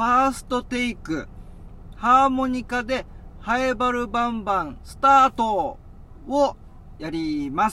ファーストテイク、ハーモニカでハエバルバンバンスタートをやります。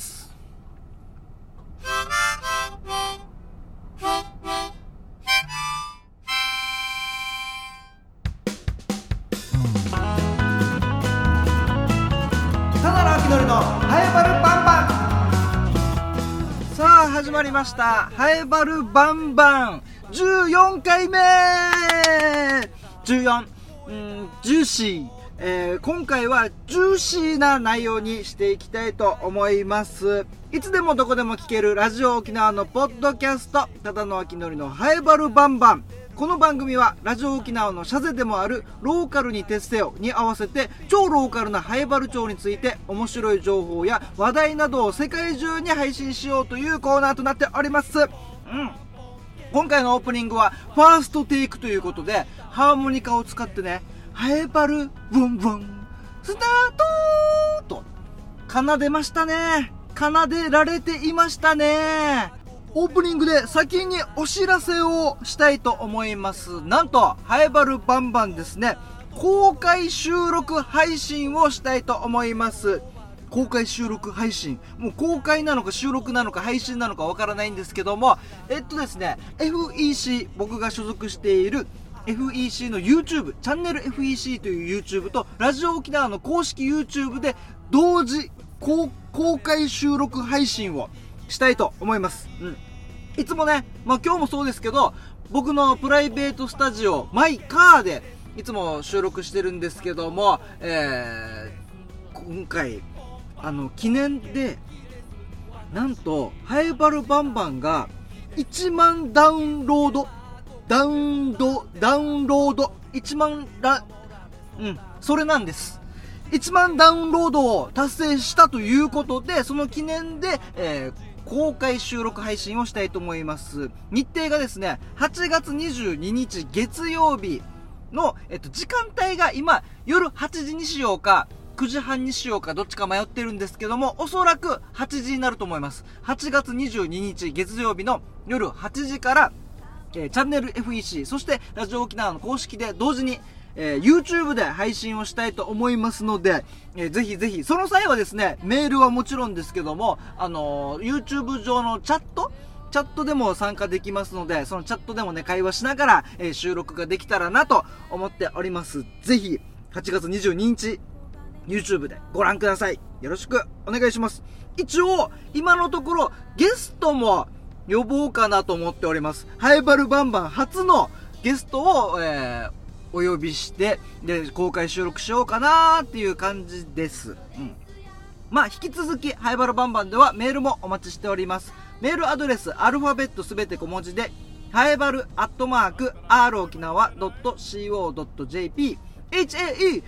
田原明則のハエバルバンバン。さあ始まりました、ハエバルバンバン14回目。14、ジューシー、今回はジューシーな内容にしていきたいと思います。いつでもどこでも聞けるラジオ沖縄のポッドキャスト、ただのあきのりのハエバルバンバン。この番組はラジオ沖縄のシャゼでもあるローカルに徹せよに合わせて超ローカルなハエバル町について面白い情報や話題などを世界中に配信しようというコーナーとなっております。今回のオープニングはファーストテイクということで、ハーモニカを使ってね、ハエバルブンブンスタートと奏でましたね。奏でられていましたね。オープニングで先にお知らせをしたいと思います。なんとハエバルバンバンですね、公開収録配信をしたいと思います。公開収録配信、もう公開なのか収録なのか配信なのかわからないんですけども、ですね FEC、 僕が所属している FEC の YouTube チャンネル FEC という YouTube とラジオ沖縄の公式 YouTube で同時公開収録配信をしたいと思います。いつもね、今日もそうですけど、僕のプライベートスタジオマイカーでいつも収録してるんですけども、今回記念でなんとハエバルバンバンが1万ダウンロード1万それなんです。1万ダウンロードを達成したということで、その記念で、公開収録配信をしたいと思います。日程がですね、8月22日月曜日の、時間帯が今夜8時にしようか9時半にしようかどっちか迷ってるんですけども、おそらく8時になると思います。8月22日月曜日の夜8時から、チャンネル FEC そしてラジオ沖縄の公式で同時に、YouTube で配信をしたいと思いますので、ぜひぜひその際はですね、メールはもちろんですけども、YouTube 上のチャットでも参加できますので、そのチャットでもね会話しながら、収録ができたらなと思っております。ぜひ8月22日 YouTube でご覧ください。よろしくお願いします。一応今のところゲストも呼ぼうかなと思っております。ハエバルバンバン初のゲストを、お呼びしてで公開収録しようかなっていう感じです。引き続きハエバルバンバンではメールもお待ちしております。メールアドレスアルファベットすべて小文字でハエバル@r 沖縄 .co.jp HAEBARU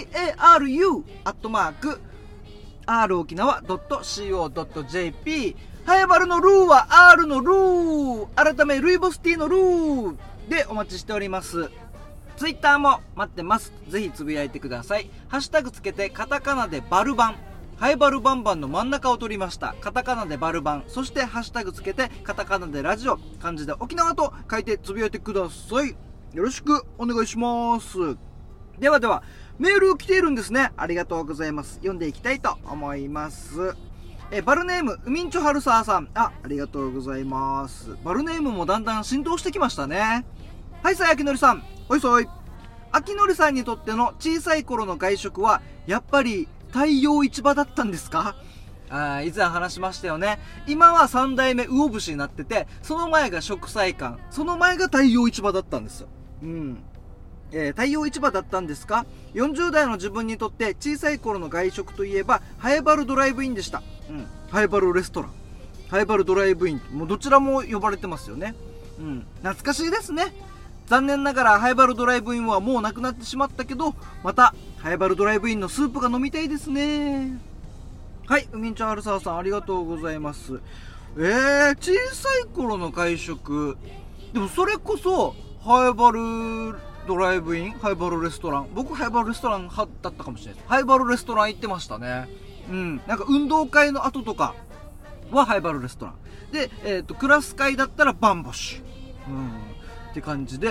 @r 沖縄 .co.jp ハエバルのルーは R のルー、改めルイボスティーのルーでお待ちしております。ツイッターも待ってます。ぜひつぶやいてください。ハッシュタグつけてカタカナでバルバン、ハエバルバンバンの真ん中を取りました。カタカナでバルバン、そしてハッシュタグつけてカタカナでラジオ、漢字で沖縄と書いてつぶやいてください。よろしくお願いします。ではではメール来ているんですね。ありがとうございます。読んでいきたいと思います。バルネームウミンチョハルサーさん、ありがとうございます。バルネームもだんだん浸透してきましたね。はい、さいあきのりさん、おいそい。あきのりさんにとっての小さい頃の外食はやっぱり太陽市場だったんですか？以前話しましたよね。今は3代目魚節になってて、その前が食彩館、その前が太陽市場だったんですよ。太陽市場だったんですか。40代の自分にとって小さい頃の外食といえばハエバルドライブインでした。ハエバルレストラン、ハエバルドライブイン、もうどちらも呼ばれてますよね。懐かしいですね。残念ながらハエバルドライブインはもうなくなってしまったけど、またハエバルドライブインのスープが飲みたいですね。はい、ウミンチャールサーさん、ありがとうございます。小さい頃の外食、でもそれこそハエバルドライブイン、ハイバルレストラン、僕ハイバルレストラン派だったかもしれないです。ハイバルレストラン行ってましたね。なんか運動会の後とかはハイバルレストランで、クラス会だったらバンボッシュ、って感じで、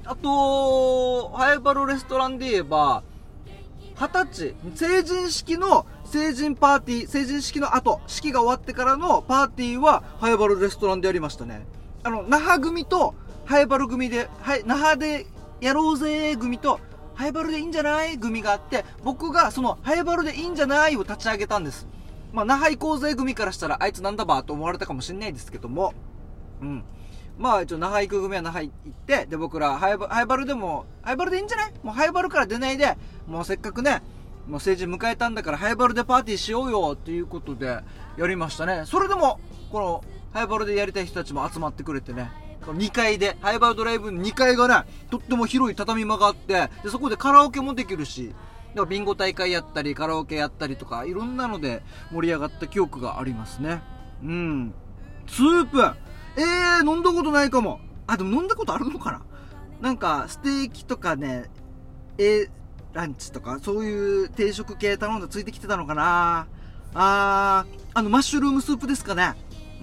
あとハイバルレストランで言えば20歳成人式の成人パーティー、成人式の後式が終わってからのパーティーはハイバルレストランでやりましたね。那覇組とハイバル組で、那覇でやろうぜ組とハイバルでいいんじゃない組があって、僕がそのハイバルでいいんじゃないを立ち上げたんです。那覇行こうぜ組からしたらあいつなんだばと思われたかもしれないですけども、一応那覇行く組は那覇行って、で僕らハイバルでいいんじゃない、もうハイバルから出ないで、もうせっかくねもう成人迎えたんだからハイバルでパーティーしようよっていうことでやりましたね。それでもこのハイバルでやりたい人たちも集まってくれてね、この2階でハイバルドライブの2階がねとっても広い畳間があって、でそこでカラオケもできるし、ビンゴ大会やったりカラオケやったりとかいろんなので盛り上がった記憶がありますね。スープ飲んだことないかも。でも飲んだことあるのかな。なんかステーキとかねランチとかそういう定食系頼んだついてきてたのかな。マッシュルームスープですかね。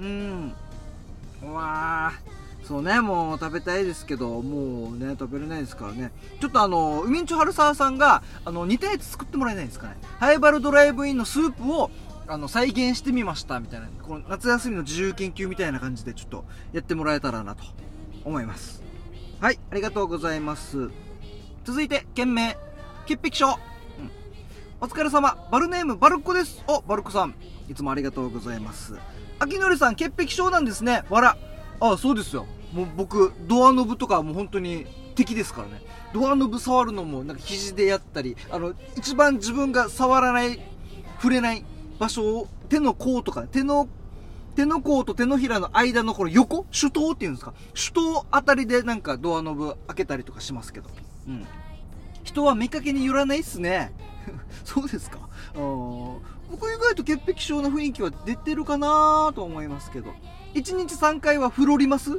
そうね、もう食べたいですけどもうね食べれないですからね。ちょっとウミンチョハルサーさんが似たやつ作ってもらえないですかね。ハイバルドライブインのスープを再現してみましたみたいな、この夏休みの自由研究みたいな感じでちょっとやってもらえたらなと思います。はい、ありがとうございます。続いて件名潔癖症、お疲れ様、バルネームバルッコです。バルッコさんいつもありがとうございます。秋のりさん潔癖症なんですね。そうですよ。もう僕ドアノブとかもう本当に敵ですからね。ドアノブ触るのもなんか肘でやったり、一番自分が触らない触れない場所を手の甲とか、手の甲と手のひらの間のこの横手刀っていうんですか、手刀あたりでなんかドアノブ開けたりとかしますけど、人は見かけによらないっすね。そうですか。僕意外と潔癖症の雰囲気は出てるかなと思いますけど、1日3回はフロリマス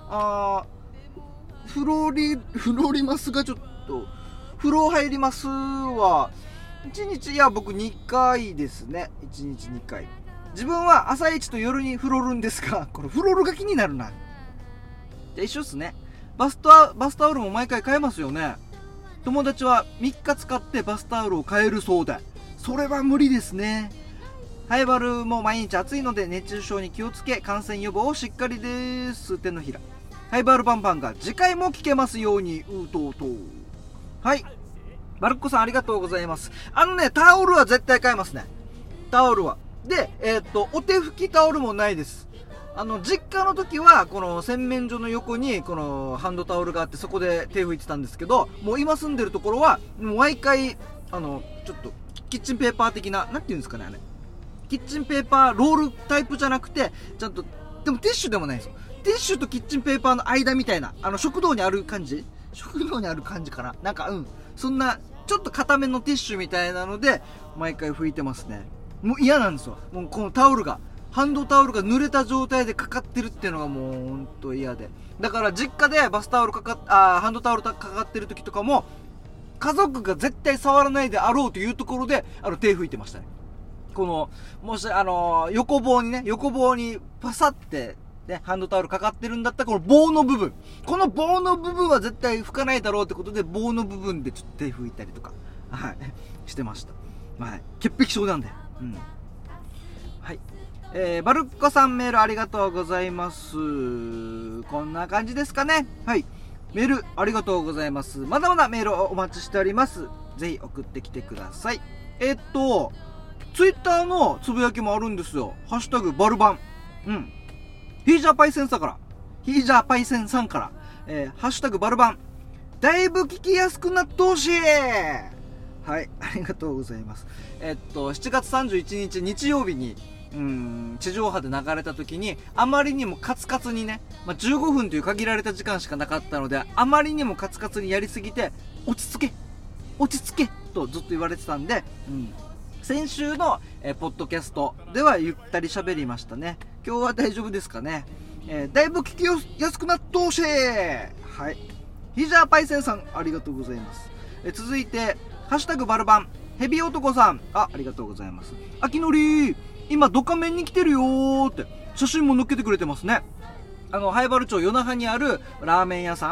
フロリマスがちょっと風呂入りますは1日、僕2回ですね。1日2回。自分は朝一と夜にフロるんですが、これフロールが気になるな。じゃあ一緒っすね。バスタオルも毎回変えますよね。友達は3日使ってバスタオルを変えるそうで、それは無理ですね。ハイバルも毎日暑いので熱中症に気をつけ、感染予防をしっかりです。手のひら。ハイバルバンバンが次回も聞けますように。はい、バルッコさんありがとうございます。タオルは絶対買えますね。タオルはでお手拭きタオルもないです。実家の時はこの洗面所の横にこのハンドタオルがあって、そこで手拭いてたんですけど、もう今住んでるところはもう毎回ちょっとキッチンペーパー的な、なんていうんですかね、キッチンペーパーロールタイプじゃなくて、ちゃんとでもティッシュでもないんですよ。ティッシュとキッチンペーパーの間みたいな、食堂にある感じかな、なんかそんなちょっと固めのティッシュみたいなので毎回拭いてますね。もう嫌なんですよ。もうこのハンドタオルが濡れた状態でかかってるっていうのがもうほんと嫌で、だから実家でハンドタオルかかってる時とかも家族が絶対触らないであろうというところで手拭いてましたね。このもし横棒にパサってね、ハンドタオルかかってるんだったらこの棒の部分は絶対拭かないだろうってことで、棒の部分でちょっと手拭いたりとかしてました。潔癖症なんで。はい、バルッコさんメールありがとうございます。こんな感じですかね。はい、メールありがとうございます。まだまだメールをお待ちしております。ぜひ送ってきてください。ツイッターのつぶやきもあるんですよ。ハッシュタグバルバン。ヒージャーパイセンさんから、ハッシュタグバルバン。だいぶ聞きやすくなってほしい。はい、ありがとうございます。7月31日日曜日に地上波で流れた時に、あまりにもカツカツにね、15分という限られた時間しかなかったので、あまりにもカツカツにやりすぎて落ち着けとずっと言われてたんで、先週の、ポッドキャストではゆったり喋りましたね。今日は大丈夫ですかね。だいぶ聞きやすくなっとうし。はい、ヒジャーパイセンさんありがとうございます。続いてハッシュタグバルバンヘビ男さん、ありがとうございます。秋のり今ドカメンに来てるよーって写真も載っけてくれてますね。灰原町与那覇にあるラーメン屋さん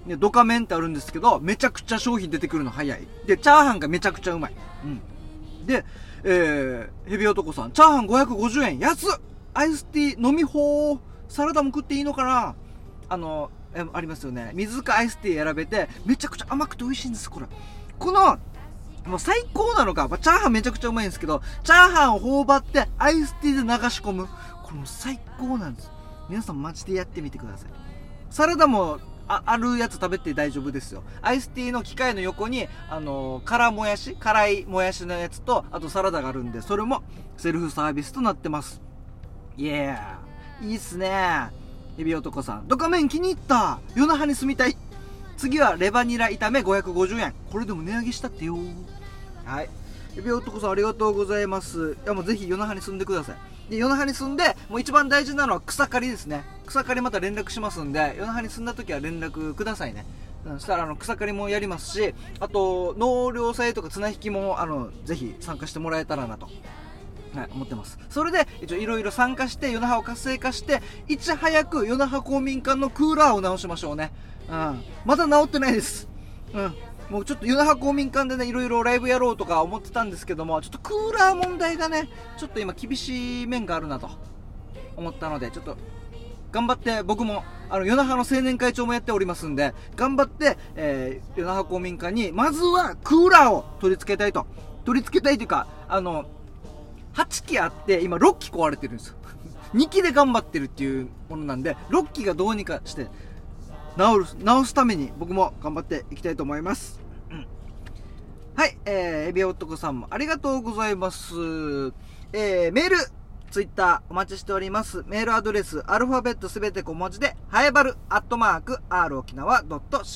ね、ドカ麺ってあるんですけど、めちゃくちゃ商品出てくるの早い。で、チャーハンがめちゃくちゃうまい。で、ヘビ男さん、チャーハン550円、安っ！アイスティー飲み放、サラダも食っていいのかな？ありますよね。水かアイスティー選べて、めちゃくちゃ甘くて美味しいんです、これ。この、もう最高なのか、チャーハンめちゃくちゃうまいんですけど、チャーハンを頬張ってアイスティーで流し込む。これもう最高なんです。皆さんマジでやってみてください。サラダもあるやつ食べて大丈夫ですよ。アイスティーの機械の横に、辛いもやしのやつと、あとサラダがあるんで、それもセルフサービスとなってます。いやー、いいっすね。エビ男さん、ドカ麺気に入った。夜那覇に住みたい。次はレバニラ炒め550円。これでも値上げしたってよ。はい。エビ男さんありがとうございます。いやもうぜひ夜那覇に住んでください。で、夜那覇に住んで、もう一番大事なのは草刈りですね。草刈りまた連絡しますんで、夜那覇に住んだ時は連絡くださいね。そしたら草刈りもやりますし、あと納涼祭とか綱引きもぜひ参加してもらえたらなと。はい、思ってます。それで一応いろいろ参加して夜那覇を活性化して、いち早く夜那覇公民館のクーラーを直しましょうね。まだ直ってないです。もうちょっと夜那覇公民館でね、いろいろライブやろうとか思ってたんですけども、ちょっとクーラー問題がね、ちょっと今厳しい面があるなと思ったので、ちょっと頑張って、僕も夜那覇の青年会長もやっておりますんで、頑張って、夜那覇公民館にまずはクーラーを取り付けたいというか、8機あって今6機壊れてるんですよ。2機で頑張ってるっていうものなんで、6機がどうにかして直すために僕も頑張っていきたいと思います。はい、エビ男さんもありがとうございます。メール、ツイッターお待ちしております。メールアドレスアルファベットすべて小文字ではやばる@r沖縄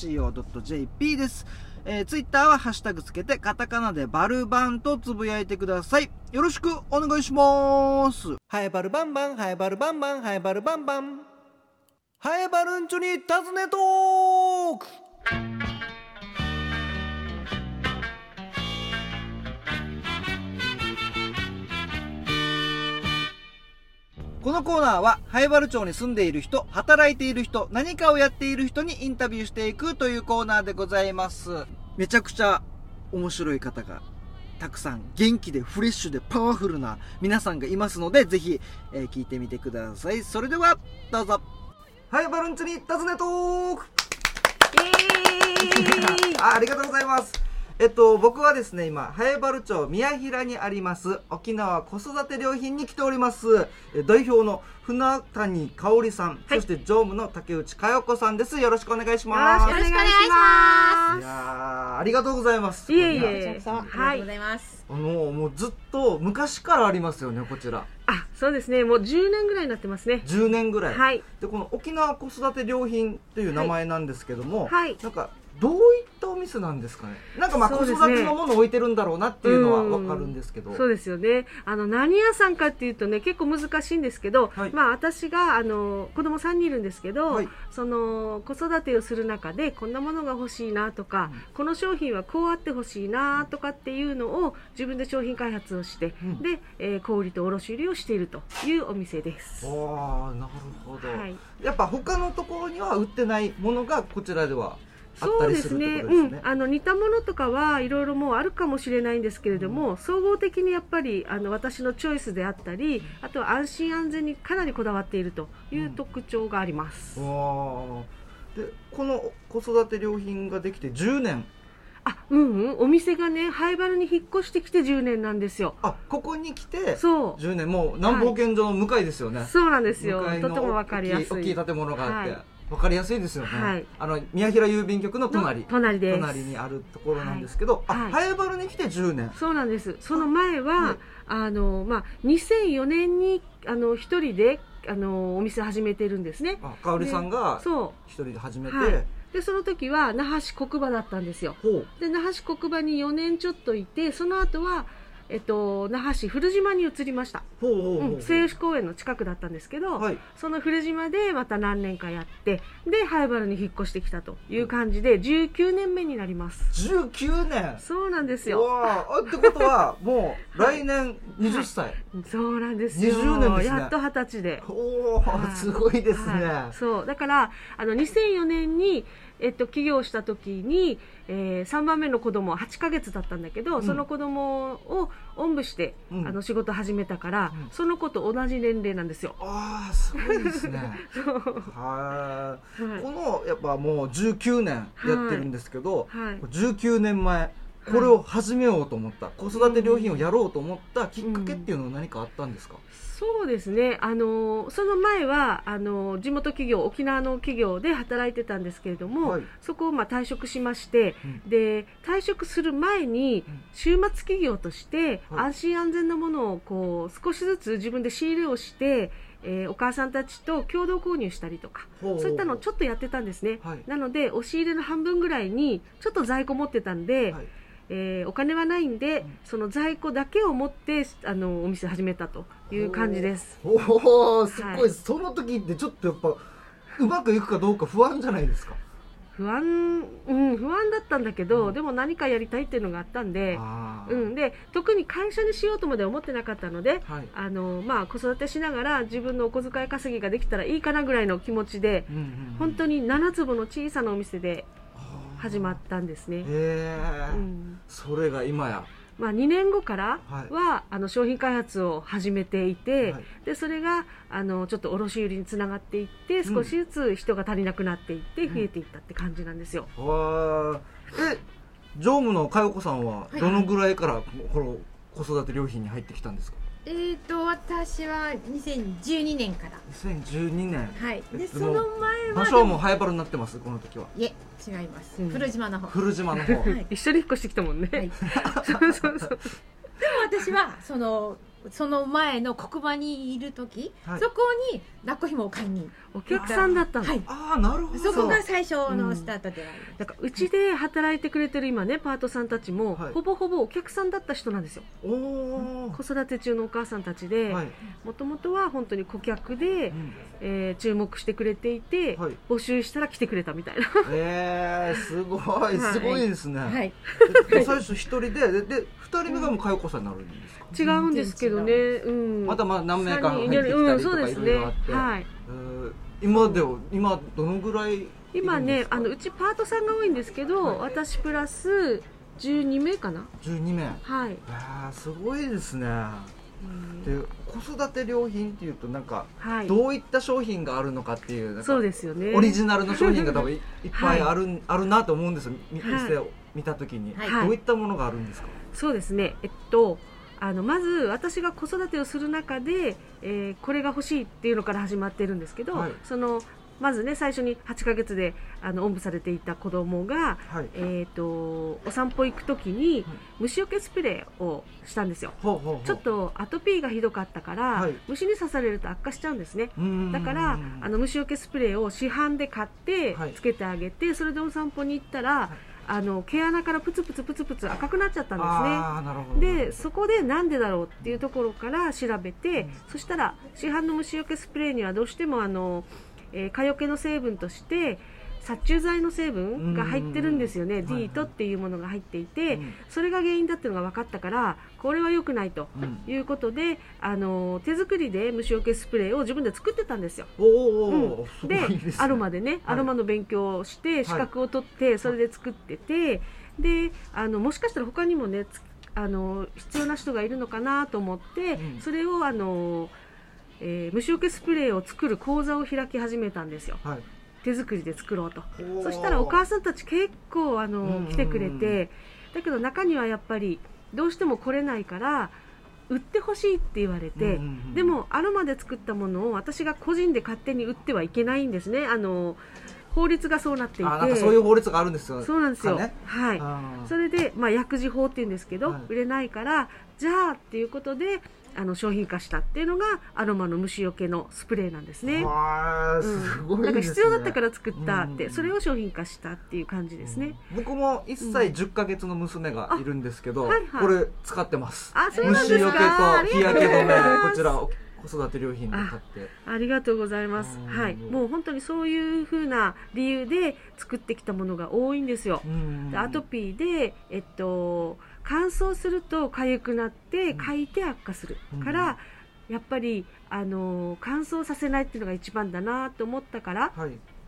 .co.jp です。ツイッターはハッシュタグつけてカタカナでバルバンとつぶやいてください。よろしくお願いします。はやばるバンバン、はやばるバンバン、はやばるバンバン、はやばるんちょに尋ねトーク。このコーナーは南風原町に住んでいる人、働いている人、何かをやっている人にインタビューしていくというコーナーでございます。めちゃくちゃ面白い方がたくさん、元気でフレッシュでパワフルな皆さんがいますので、ぜひ、聞いてみてください。それではどうぞ。南風原町に尋ねトーク。ありがとうございます。僕はですね、今南風原町宮平にあります沖縄子育て良品に来ております。代表の船谷香織さん、はい、そして常務の竹内佳代子さんです。よろしくお願いします。 よろしくお願いします。 いやありがとうございます。 いえいえ、 ありがとうございます。 もうずっと昔からありますよね、こちら。 そうですね、もう10年ぐらいになってますね。 10年ぐらい、 はい、 でこの沖縄子育て良品という名前なんですけども、 はい、 なんかどういったお店なんですかね。なんか子育てのものを置いてるんだろうなっていうのは分かるんですけど。 そうですよね。何屋さんかっていうとね、結構難しいんですけど、はい、私が子供3人いるんですけど、はい、その子育てをする中でこんなものが欲しいなとか、この商品はこうあってほしいなとかっていうのを自分で商品開発をして、で、小売と卸売をしているというお店です。 なるほど、はい、やっぱ他のところには売ってないものがこちらではそうですね、似たものとかはいろいろもうあるかもしれないんですけれども、総合的にやっぱり私のチョイスであったり、あとは安心安全にかなりこだわっているという特徴があります。 でこの子育て良品ができて10年。 お店がね、南風原に引っ越してきて10年なんですよ。 ここに来て10年、もう南方県場の向かいですよね。 そうなんですよ。とても分かりやすい大きい建物があって、分かりやすいですよね。宮平郵便局の隣です。 隣にあるところなんですけど、南風原に来て10年。 そうなんです。その前は2004年に一人でお店始めてるんですね。 香織さんが一人で始めて、 でその時は那覇市国場だったんですよ。で那覇市国場に4年ちょっといて、その後は那覇市古島に移りました。西吉公園の近くだったんですけど、その古島でまた何年かやって、で南風原に引っ越してきたという感じで19年目になります。 19年。 そうなんですよ。 ってことはもう来年20歳。 そうなんですよ。 20年ですね。 やっと20歳で。 すごいですね。 そうだから2004年に起業した時に、3番目の子供8ヶ月だったんだけど、その子供をおんぶして、仕事始めたから、その子と同じ年齢なんですよ。 ああ、すごいですね。はい。このやっぱもう19年やってるんですけど、19年前これを始めようと思った、子育て良品をやろうと思ったきっかけっていうのは何かあったんですか？ そうですね、その前は地元企業、沖縄の企業で働いてたんですけれども、そこを退職しまして、で退職する前に週末企業として安心安全なものをこう少しずつ自分で仕入れをして、お母さんたちと共同購入したりとか、そういったのをちょっとやってたんですね。なので押し入れの半分ぐらいにちょっと在庫持ってたんで、お金はないんで、その在庫だけを持ってお店始めたという感じです。 おお、すごい。その時ってちょっとやっぱうまくいくかどうか不安じゃないですか？ 不安だったんだけど、でも何かやりたいっていうのがあったんで、で特に会社にしようとまで思ってなかったので、子育てしながら自分のお小遣い稼ぎができたらいいかなぐらいの気持ちで、本当に7坪の小さなお店で始まったんですね。 それが今や、 2年後からは、商品開発を始めていて、でそれがちょっと卸売りにつながっていって、少しずつ人が足りなくなっていって増えていったって感じなんですよ。 常務の佳代子さんはどのぐらいからこの子育て良品に入ってきたんですか？ 私は2012年から。 2012年。 はい。でその前は場所はもうハイパルになってます、この時は。 いえ、違います。古島の方。 古島の方。 一緒に引っ越してきたもんね。 そうそうそう。でも私はその前の黒板にいる時、そこに抱っこ紐を買いにお客さんだったの。 ああ、なるほど。 そこが最初のスタートではあります。 だからうちで働いてくれてる今ね、パートさんたちもほぼほぼお客さんだった人なんですよ。子育て中のお母さんたちで、もともとは本当に顧客で注目してくれていて、募集したら来てくれたみたいな。 すごい、すごいですね。最初一人で2人目がもう佳代子さんになるんですか？ 違うんですけどね。 また何名か入ってきたりとかいろいろあって、今どのぐらい？ 今ね、うちパートさんが多いんですけど、私プラス12名かな。 12名。 はい。 すごいですね。で、子育て良品っていうとなんかどういった商品があるのかっていう、 そうですよね。 オリジナルの商品が多分いっぱいあるなと思うんですよ。店を見た時にどういったものがあるんですか？ そうですね。まず私が子育てをする中で、これが欲しいっていうのから始まってるんですけど、まずね、最初に8ヶ月でおんぶされていた子供が、お散歩行く時に虫除けスプレーをしたんですよ。ちょっとアトピーがひどかったから、虫に刺されると悪化しちゃうんですね。だから虫除けスプレーを市販で買ってつけてあげて、それでお散歩に行ったら毛穴からプツプツプツプツ赤くなっちゃったんですね。でそこでなんでだろうっていうところから調べて、そしたら市販の虫除けスプレーにはどうしても蚊よけの成分として殺虫剤の成分が入ってるんですよね。ディートっていうものが入っていて、それが原因だっていうのが分かったから、これは良くないということで、手作りで虫除けスプレーを自分で作ってたんですよ。でアロマでね、アロマの勉強をして資格を取って、それで作ってて、でもしかしたら他にもね必要な人がいるのかなと思って、それを虫除けスプレーを作る講座を開き始めたんですよ。手作りで作ろうと。そしたらお母さんたち結構来てくれて、だけど中にはやっぱりどうしても来れないから売ってほしいって言われて、でもアロマで作ったものを私が個人で勝手に売ってはいけないんですね。法律がそうなっていて、 なんかそういう法律があるんですよ。 そうなんですよ。はい。それで薬事法っていうんですけど、売れないから、じゃあっていうことで商品化したっていうのがアロマの虫除けのスプレーなんですね。 すごいですね。 なんか必要だったから作ったって、それを商品化したっていう感じですね。 僕も1歳10ヶ月の娘がいるんですけど、これ使ってます。 虫除けと日焼け止め、こちら子育て良品で買って。 ありがとうございます。はい。もう本当にそういう風な理由で作ってきたものが多いんですよ。アトピーで乾燥すると痒くなってかいて悪化するから、やっぱり乾燥させないっていうのが一番だなと思ったから、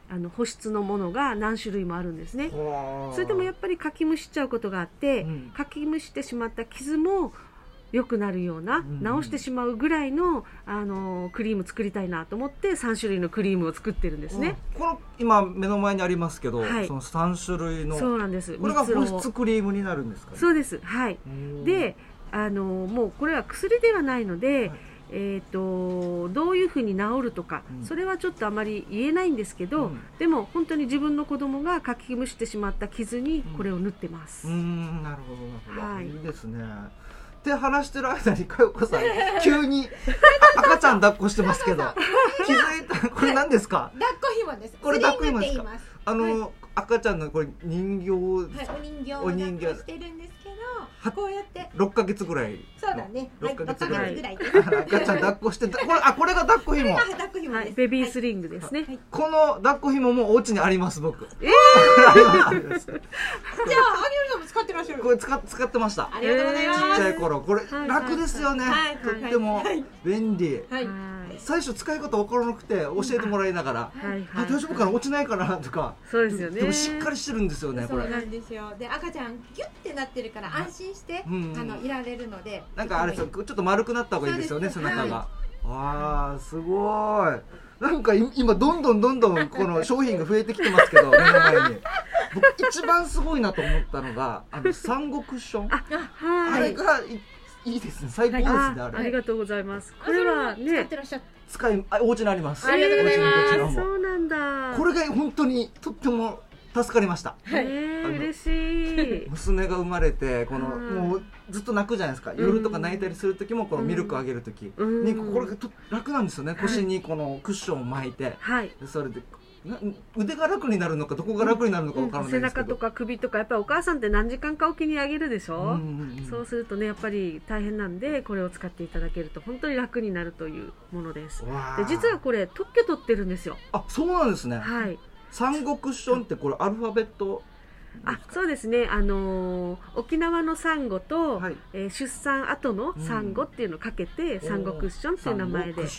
保湿のものが何種類もあるんですね。それでもやっぱりかきむしっちゃうことがあって、かきむしてしまった傷も良くなるような、直してしまうぐらいの、クリーム作りたいなと思って3種類のクリームを作ってるんですね。 この今目の前にありますけど、その3種類の、 そうなんです。 これが保湿クリームになるんですかね。 そうです。はい。で、もうこれは薬ではないので、どういうふうに治るとか、それはちょっとあまり言えないんですけど、でも本当に自分の子供がかきむしてしまった傷にこれを塗ってます。 なるほどなるほど、いいですね。って話してる間に佳代子さん急に赤ちゃん抱っこしてますけど気づいた。これ何ですか？ 抱っこ紐です。 これ抱っこ紐ですか？赤ちゃんのこれ人形、 お人形してるんですけど、こうやって 6ヶ月ぐらい。 そうだね。6ヶ月ぐらい。 赤ちゃん抱っこして、これが抱っこ紐。 ベビースリングですね。 この抱っこ紐もお家にあります、僕。 じゃあアギュルさんも使ってらっしゃる。 これ使ってました。 ありがとうございます。 ちっちゃい頃、これ楽ですよね。とっても便利。最初使い方分からなくて教えてもらいながら、大丈夫かな、落ちないかなとか。 そうですよね。 でもしっかりしてるんですよね、これ。 そうなんですよ。で、赤ちゃんギュッてなってるから安心していられるので。 なんかあれですよ、ちょっと丸くなった方がいいですよね、背中が。わあ、すごい。なんか今どんどんこの商品が増えてきてますけど、目の前に。僕一番すごいなと思ったのが産後クッション。あれがいいですね、最高ですね、あれ。 ありがとうございます。これはね、 お家にあります。 ありがとうございます。 そうなんだ。 これが本当にとっても助かりました。 嬉しい。 娘が生まれて、もうずっと泣くじゃないですか。夜とか泣いたりする時も、このミルクあげる時にこれが楽なんですよね。腰にこのクッションを巻いて、それで腕が楽になるのかどこが楽になるのか分からないですけど、 背中とか首とかやっぱりお母さんって何時間かおきにあげるでしょ。そうするとね、やっぱり大変なんで、これを使っていただけると本当に楽になるというものです。で、実はこれ特許取ってるんですよ。 あ、そうなんですね。 はい。 産後クッションってこれアルファベット。 そうですね。沖縄のサンゴと、出産後のサンゴっていうのをかけて、産後クッションっていう名前で、はい。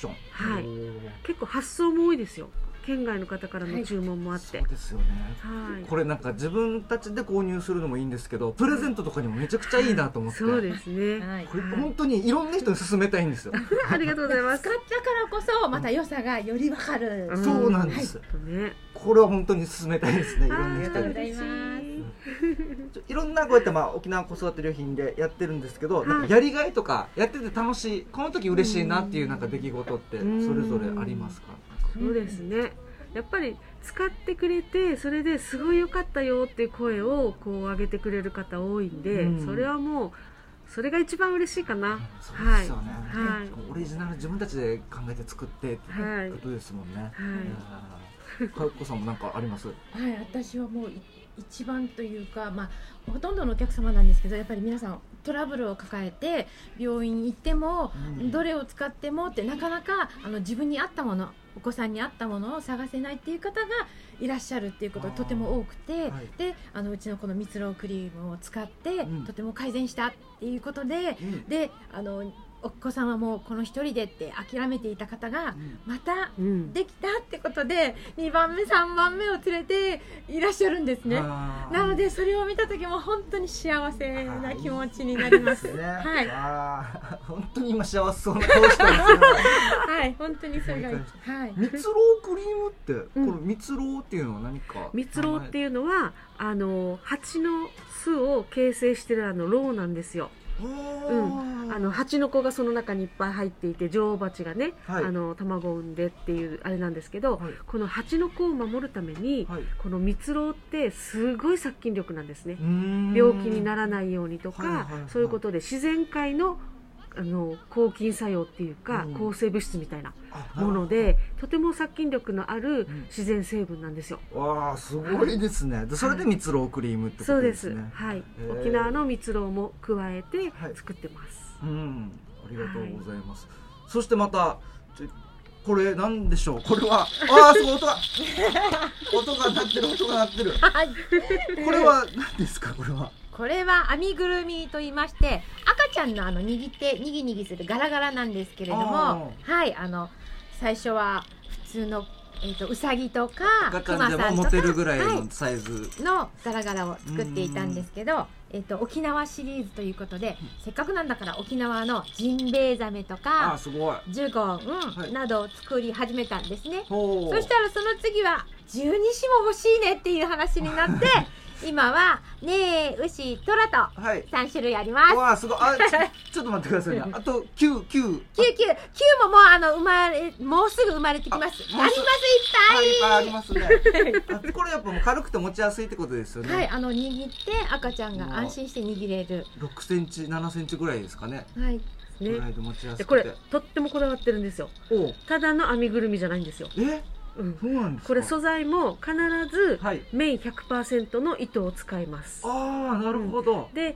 結構発送も多いですよ。県外の方からの注文もあって、 そうですよね。これなんか自分たちで購入するのもいいんですけど、プレゼントとかにもめちゃくちゃいいなと思って。 そうですね。 これ本当にいろんな人に勧めたいんですよ。 ありがとうございます。 使ったからこそまた良さがよりわかる。 そうなんです。これは本当に勧めたいですね。いろんな人に。いろんなこうやって沖縄子育て良品でやってるんですけど、やりがいとかやってて楽しい、この時嬉しいなっていうなんか出来事ってそれぞれありますか？ そうですね。やっぱり使ってくれて、それですごい良かったよっていう声をこう上げてくれる方多いんで、それはもうそれが一番嬉しいかな。 そうですよね。オリジナル自分たちで考えて作ってってことですもんね。佳代子さんも何かあります？ はい、私はもう一番というか、ほとんどのお客様なんですけど、やっぱり皆さんトラブルを抱えて病院に行っても、どれを使ってもってなかなか自分に合ったもの、お子さんに合ったものを探せないっていう方がいらっしゃるっていうことがとても多くて、でうちのこの蜜蝋クリームを使ってとても改善したっていうことで、でお子さんはもうこの一人でって諦めていた方がまたできたってことで2番目3番目を連れていらっしゃるんですね。なのでそれを見た時も本当に幸せな気持ちになります。 はい。本当に今幸せそうな顔してますね。 はい、本当にそれがいい。はい。 蜜蝋クリームってこの蜜蝋っていうのは何か？ 蜜蝋っていうのは蜂の巣を形成してる蝋なんですよ。蜂の子がその中にいっぱい入っていて、女王蜂がね、卵を産んでっていうあれなんですけど、この蜂の子を守るために、この蜜蝋ってすごい殺菌力なんですね。病気にならないようにとか、そういうことで自然界の抗菌作用っていうか、抗生物質みたいなもので、とても殺菌力のある自然成分なんですよ。 わあ、すごいですね。それで蜜蝋クリームってことですね。 そうです。はい。沖縄の蜜蝋も加えて作ってます。 ありがとうございます。そしてまたこれなんでしょう。これはすごい音が鳴ってる。これは何ですか？ これは編みぐるみと言いまして、赤ちゃんの握ってにぎにぎするガラガラなんですけれども、はい、最初は普通のうさぎとか赤ちクゃんでも持マさんとかてるぐらいはいのサイズ。 のガラガラを作っていたんですけど、沖縄シリーズということで、せっかくなんだから沖縄のジンベエザメとあかすごい。 ジュゴいンなどを作り始めたんですね。 ほう。 そしたらその次は十二支も欲しいねっていう話になって今はねえ牛トラとはい。 3種類あります。 わあすごい。ちょっと待ってくださいね。あと9。 9ももう生まれもうすぐ生まれてきます。ありますいっぱい。 いっぱいありますね。これやっぱもう軽くて持ちやすいってことですよね。 はい、握って赤ちゃんが安心して握れる。 6センチ、7センチぐらいですかね。 はい。 ぐらいで持ちやすくて。 これとってもこだわってるんですよ。 おただの編みぐるみじゃないんですよ。 そうなんですか。 これ素材も必ずはい。 綿 100% の糸を使います。 ああなるほど。 で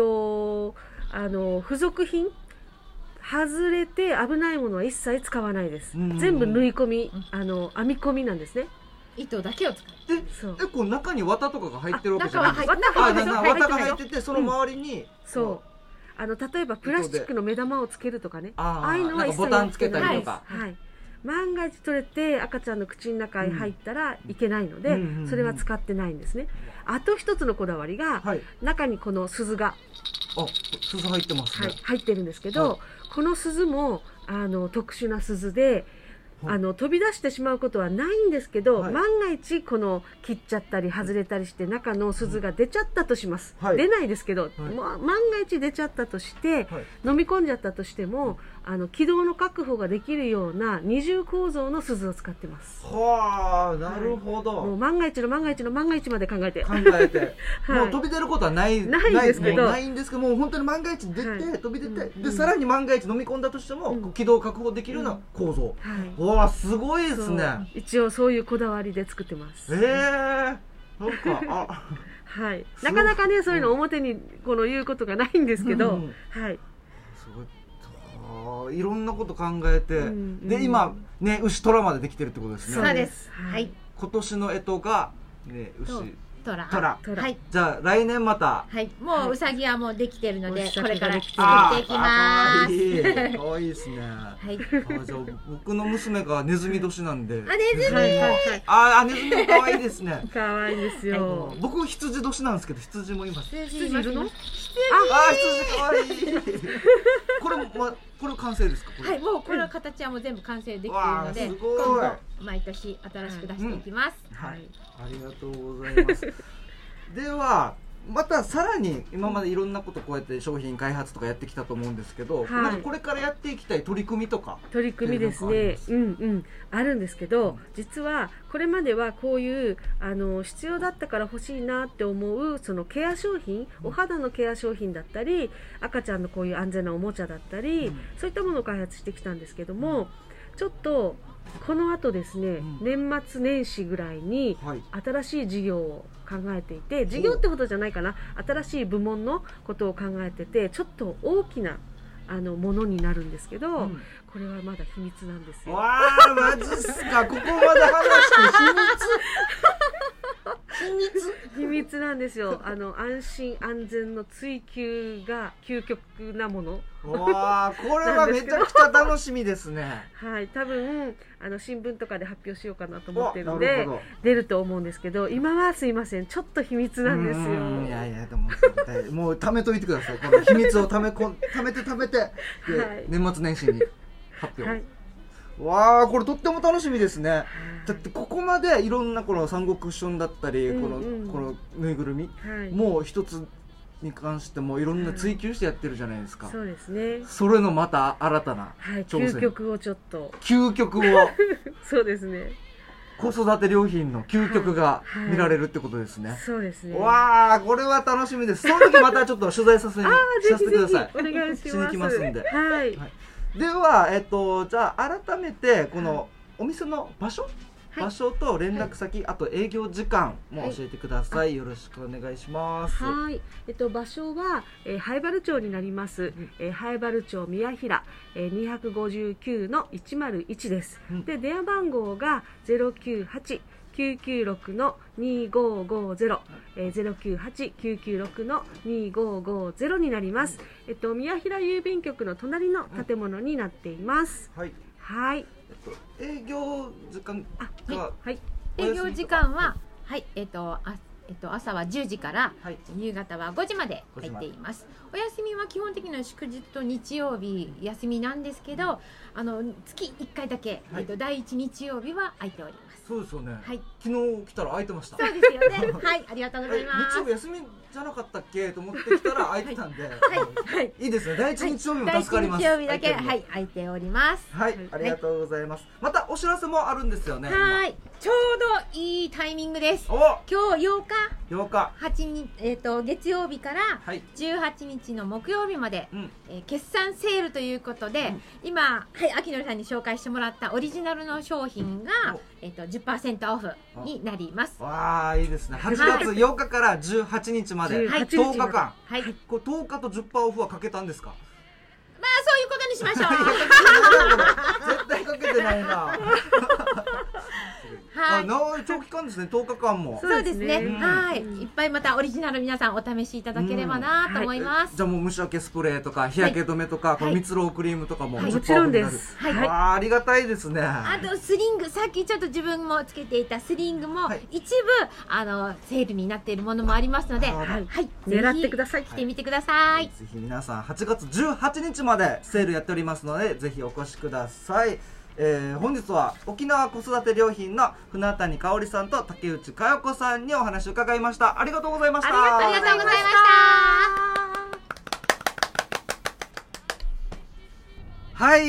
付属品外れて危ないものは一切使わないです。全部縫い込み編み込みなんですね。 糸だけを使う。 そうこう中に綿とかが入ってるわけじゃないですか。 綿が入っててその周りにそう例えばプラスチックの目玉をつけるとかね、ああいうのは一切ボタンつけたりとか。 はい万が一取れて赤ちゃんの口の中に入ったらいけないので、それは使ってないんですね。あと一つのこだわりが、中にこの鈴が鈴入ってますね。 入ってるんですけど、この鈴も特殊な鈴で飛び出してしまうことはないんですけど、万が一この切っちゃったり外れたりして中の鈴が出ちゃったとします、出ないですけど、万が一出ちゃったとして、飲み込んじゃったとしても軌道の確保ができるような二重構造の鈴を使ってます。 はあなるほど。 もう万が一の万が一の万が一まで考えてもう飛び出ることはないんですけど、もう本当に万が一出て飛び出て、でさらに万が一飲み込んだとしても軌道を確保できるような構造。わあすごいですね。 一応そういうこだわりで作ってます。 なんかはい。なかなかねそういうの表に言うことがないんですけど、はい。 すごい。いろんなこと考えて、で今ね牛虎までできてるってことですね。 そうです。はい。 今年の干支がね牛。虎。 はい。 じゃあ来年また。 はい。もううさぎはもうできてるので、これから作っていきます。 可愛いですね。 はい。 じゃあ僕の娘がネズミ年なんで。 ネズミ。 ネズミも可愛いですね。 可愛いですよ。 僕羊年なんですけど、羊もいます。 羊いるの？ 羊可愛い。これ完成ですか？ はい。もうこの形はもう全部完成できているので、今後毎年新しく出していきます。 はい。ありがとうございます。ではまたさらに今までいろんなことこうやって商品開発とかやってきたと思うんですけど、なんかこれからやっていきたい取り組みとかですね、あるんですけど、実はこれまではこういう必要だったから欲しいなって思うそのケア商品、お肌のケア商品だったり赤ちゃんのこういう安全なおもちゃだったり、そういったものを開発してきたんですけども、ちょっとこの後ですね、年末年始ぐらいに新しい事業を考えていて、事業ってことじゃないかな、新しい部門のことを考えてて、ちょっと大きなものになるんですけど、これはまだ秘密なんですよ。 わあマジっすか。ここまで話して秘密なんですよ。安心安全の追求が究極なもの。 わあこれはめちゃくちゃ楽しみですね。 はい、多分新聞とかで発表しようかなと思ってるので出ると思うんですけど、今はすいません、ちょっと秘密なんですよ。 いやでももう貯めといてください。この秘密を貯めてで、年末年始に発表。わあこれとっても楽しみですね。だってここまでいろんなこの産後クッションだったり、このぬいぐるみ、もう一つに関してもいろんな追求してやってるじゃないですか。 そうですね。 それのまた新たな挑戦、究極をちょっとそうですね。子育て良品の究極が見られるってことですね。 そうですね。 わあこれは楽しみです。その時またちょっと取材させてください。 お願いします。 しに来ますんで。 はい。 ではじゃあ改めてこのお店の場所と連絡先、あと営業時間も教えてください。よろしくお願いします。 はい。場所は南原町になります。南原町宮平259の101です。で電話番号が098-996-2550 098-996-2550になります。宮平郵便局の隣の建物になっています。 はい。 はい。 営業時間が、 はい、営業時間ははい朝は10時から、はい、夕方は5時まで入っています。お休みは基本的には祝日と日曜日休みなんですけど、月1回だけ、はい、第1日曜日は空いております。 そうですよね、 はい、 昨日来たら空いてました。 そうですよねはいありがとうございます。 日曜日休みじゃなかったっけと思ってきたら空いてたんで、はいはい、いいですね。第1日曜日も助かります。 第1日曜日だけはい空いております。 はい、ありがとうございます。またお知らせもあるんですよね。 はい、ちょうどいいタイミングです。今日8日月曜日から18日の木曜日まで、決算セールということで、今、秋典さんに紹介してもらったオリジナルの商品が、10% オフになります。 わあ、いいですね。8月8日から18日まで、10日間、これ10日と 10% オフはかけたんですか？ まあそういうことにしましょう絶対かけてないなはい、長期間ですね。10日間も。 そうですね、はい、いっぱいまたオリジナル皆さんお試しいただければなと思います。 じゃあもう虫除けスプレーとか日焼け止めとか、この蜜ろうクリームとかももちろんです。 ありがたいですね。 あとスリング、さっきちょっと自分もつけていたスリングも一部セールになっているものもありますので、 狙ってください。 来てみてください。 ぜひ皆さん8月18日までセールやっておりますので、ぜひお越しください。本日は沖縄子育て良品の船谷香織さんと竹内佳代子さんにお話を伺いました。ありがとうございました。 ありがとうございました。 はい、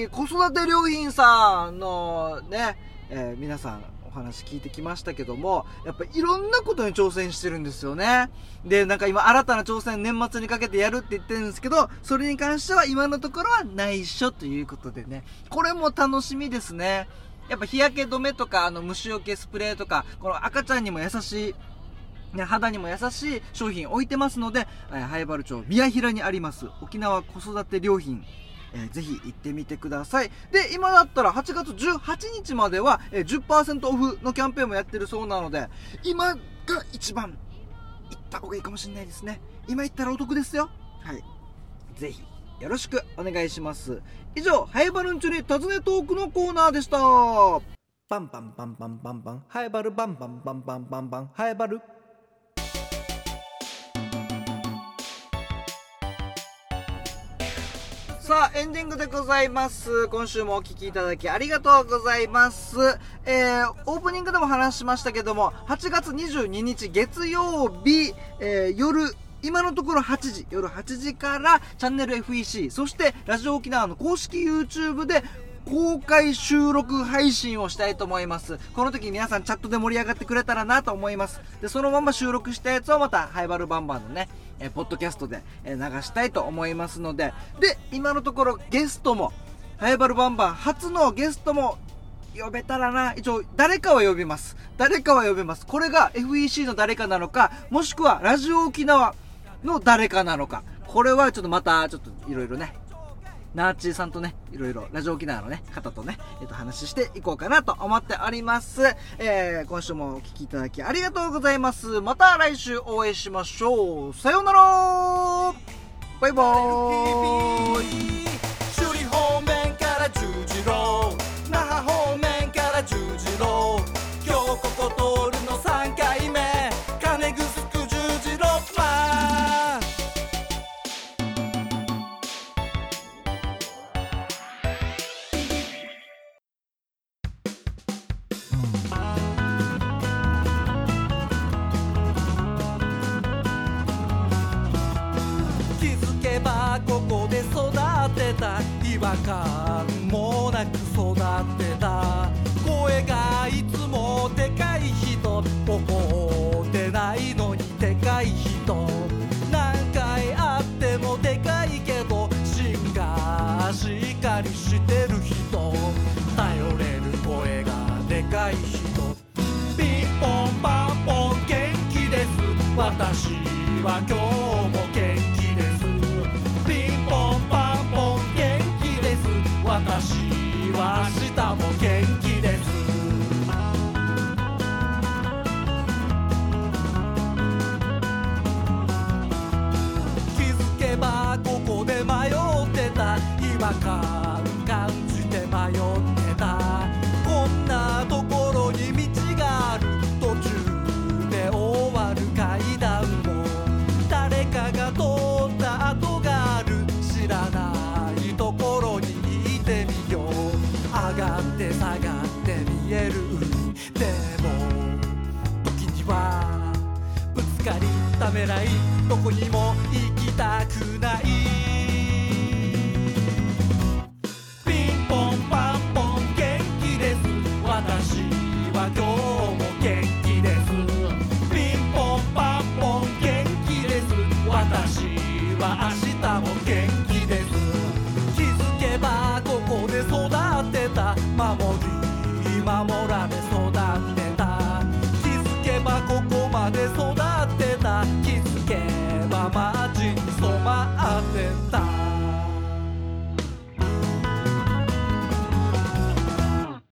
子育て良品さんのね、皆さんお話聞いてきましたけども、やっぱいろんなことに挑戦してるんですよね。で、なんか今新たな挑戦年末にかけてやるって言ってるんですけど、それに関しては今のところは内緒ということでね、これも楽しみですね。やっぱ日焼け止めとか虫除けスプレーとか、この赤ちゃんにも優しい肌にも優しい商品置いてますので、南風原町宮平にあります沖縄子育て良品、ぜひ行ってみてください。で、今だったら8月18日までは 10% オフのキャンペーンもやってるそうなので、今が一番行った方がいいかもしれないですね。今行ったらお得ですよ。はい、ぜひよろしくお願いします。以上、ハイバルンチュに尋ねトークのコーナーでした。バンバンバンバンバンバン、ハイバルバンバンバンバンバンバン、ハイバル。さあ、エンディングでございます。今週もお聞きいただきありがとうございます。オープニングでも話しましたけども、8月22日月曜日、夜、今のところ夜8時からチャンネル FEC、そしてラジオ沖縄の公式 YouTube で公開収録配信をしたいと思います。この時皆さんチャットで盛り上がってくれたらなと思います。で、そのまま収録したやつをまたハイバルバンバンのね、ポッドキャストで流したいと思いますので、で、今のところゲストもハイバルバンバン初のゲストも呼べたらな。一応誰かは呼びます。これが FEC の誰かなのか、もしくはラジオ沖縄の誰かなのか、これはちょっとまたちょっといろいろね、ナーチーさんとね、いろいろラジオ沖縄のね方とね、話していこうかなと思っております。今週もお聞きいただきありがとうございます。また来週お会いしましょう。さようなら。バイバーイ。首里方面から十字路、那覇方面から十字路、今日ここ通るの3回目、金具すく十字路マン。ここで育てた、違和感もなく育てた、声がいつもでかい人、怒ってないのにでかい人、何回会ってもでかいけど芯がしっかりしてる人、頼れる声がでかい人、ピンポンパンポン元気です、私は今日も元気です、ピンポンパンポン元気です、私は明日も元気です。気づけばここで迷ってた、違和感感じて迷ってた、 ためらいどこにも行きたくない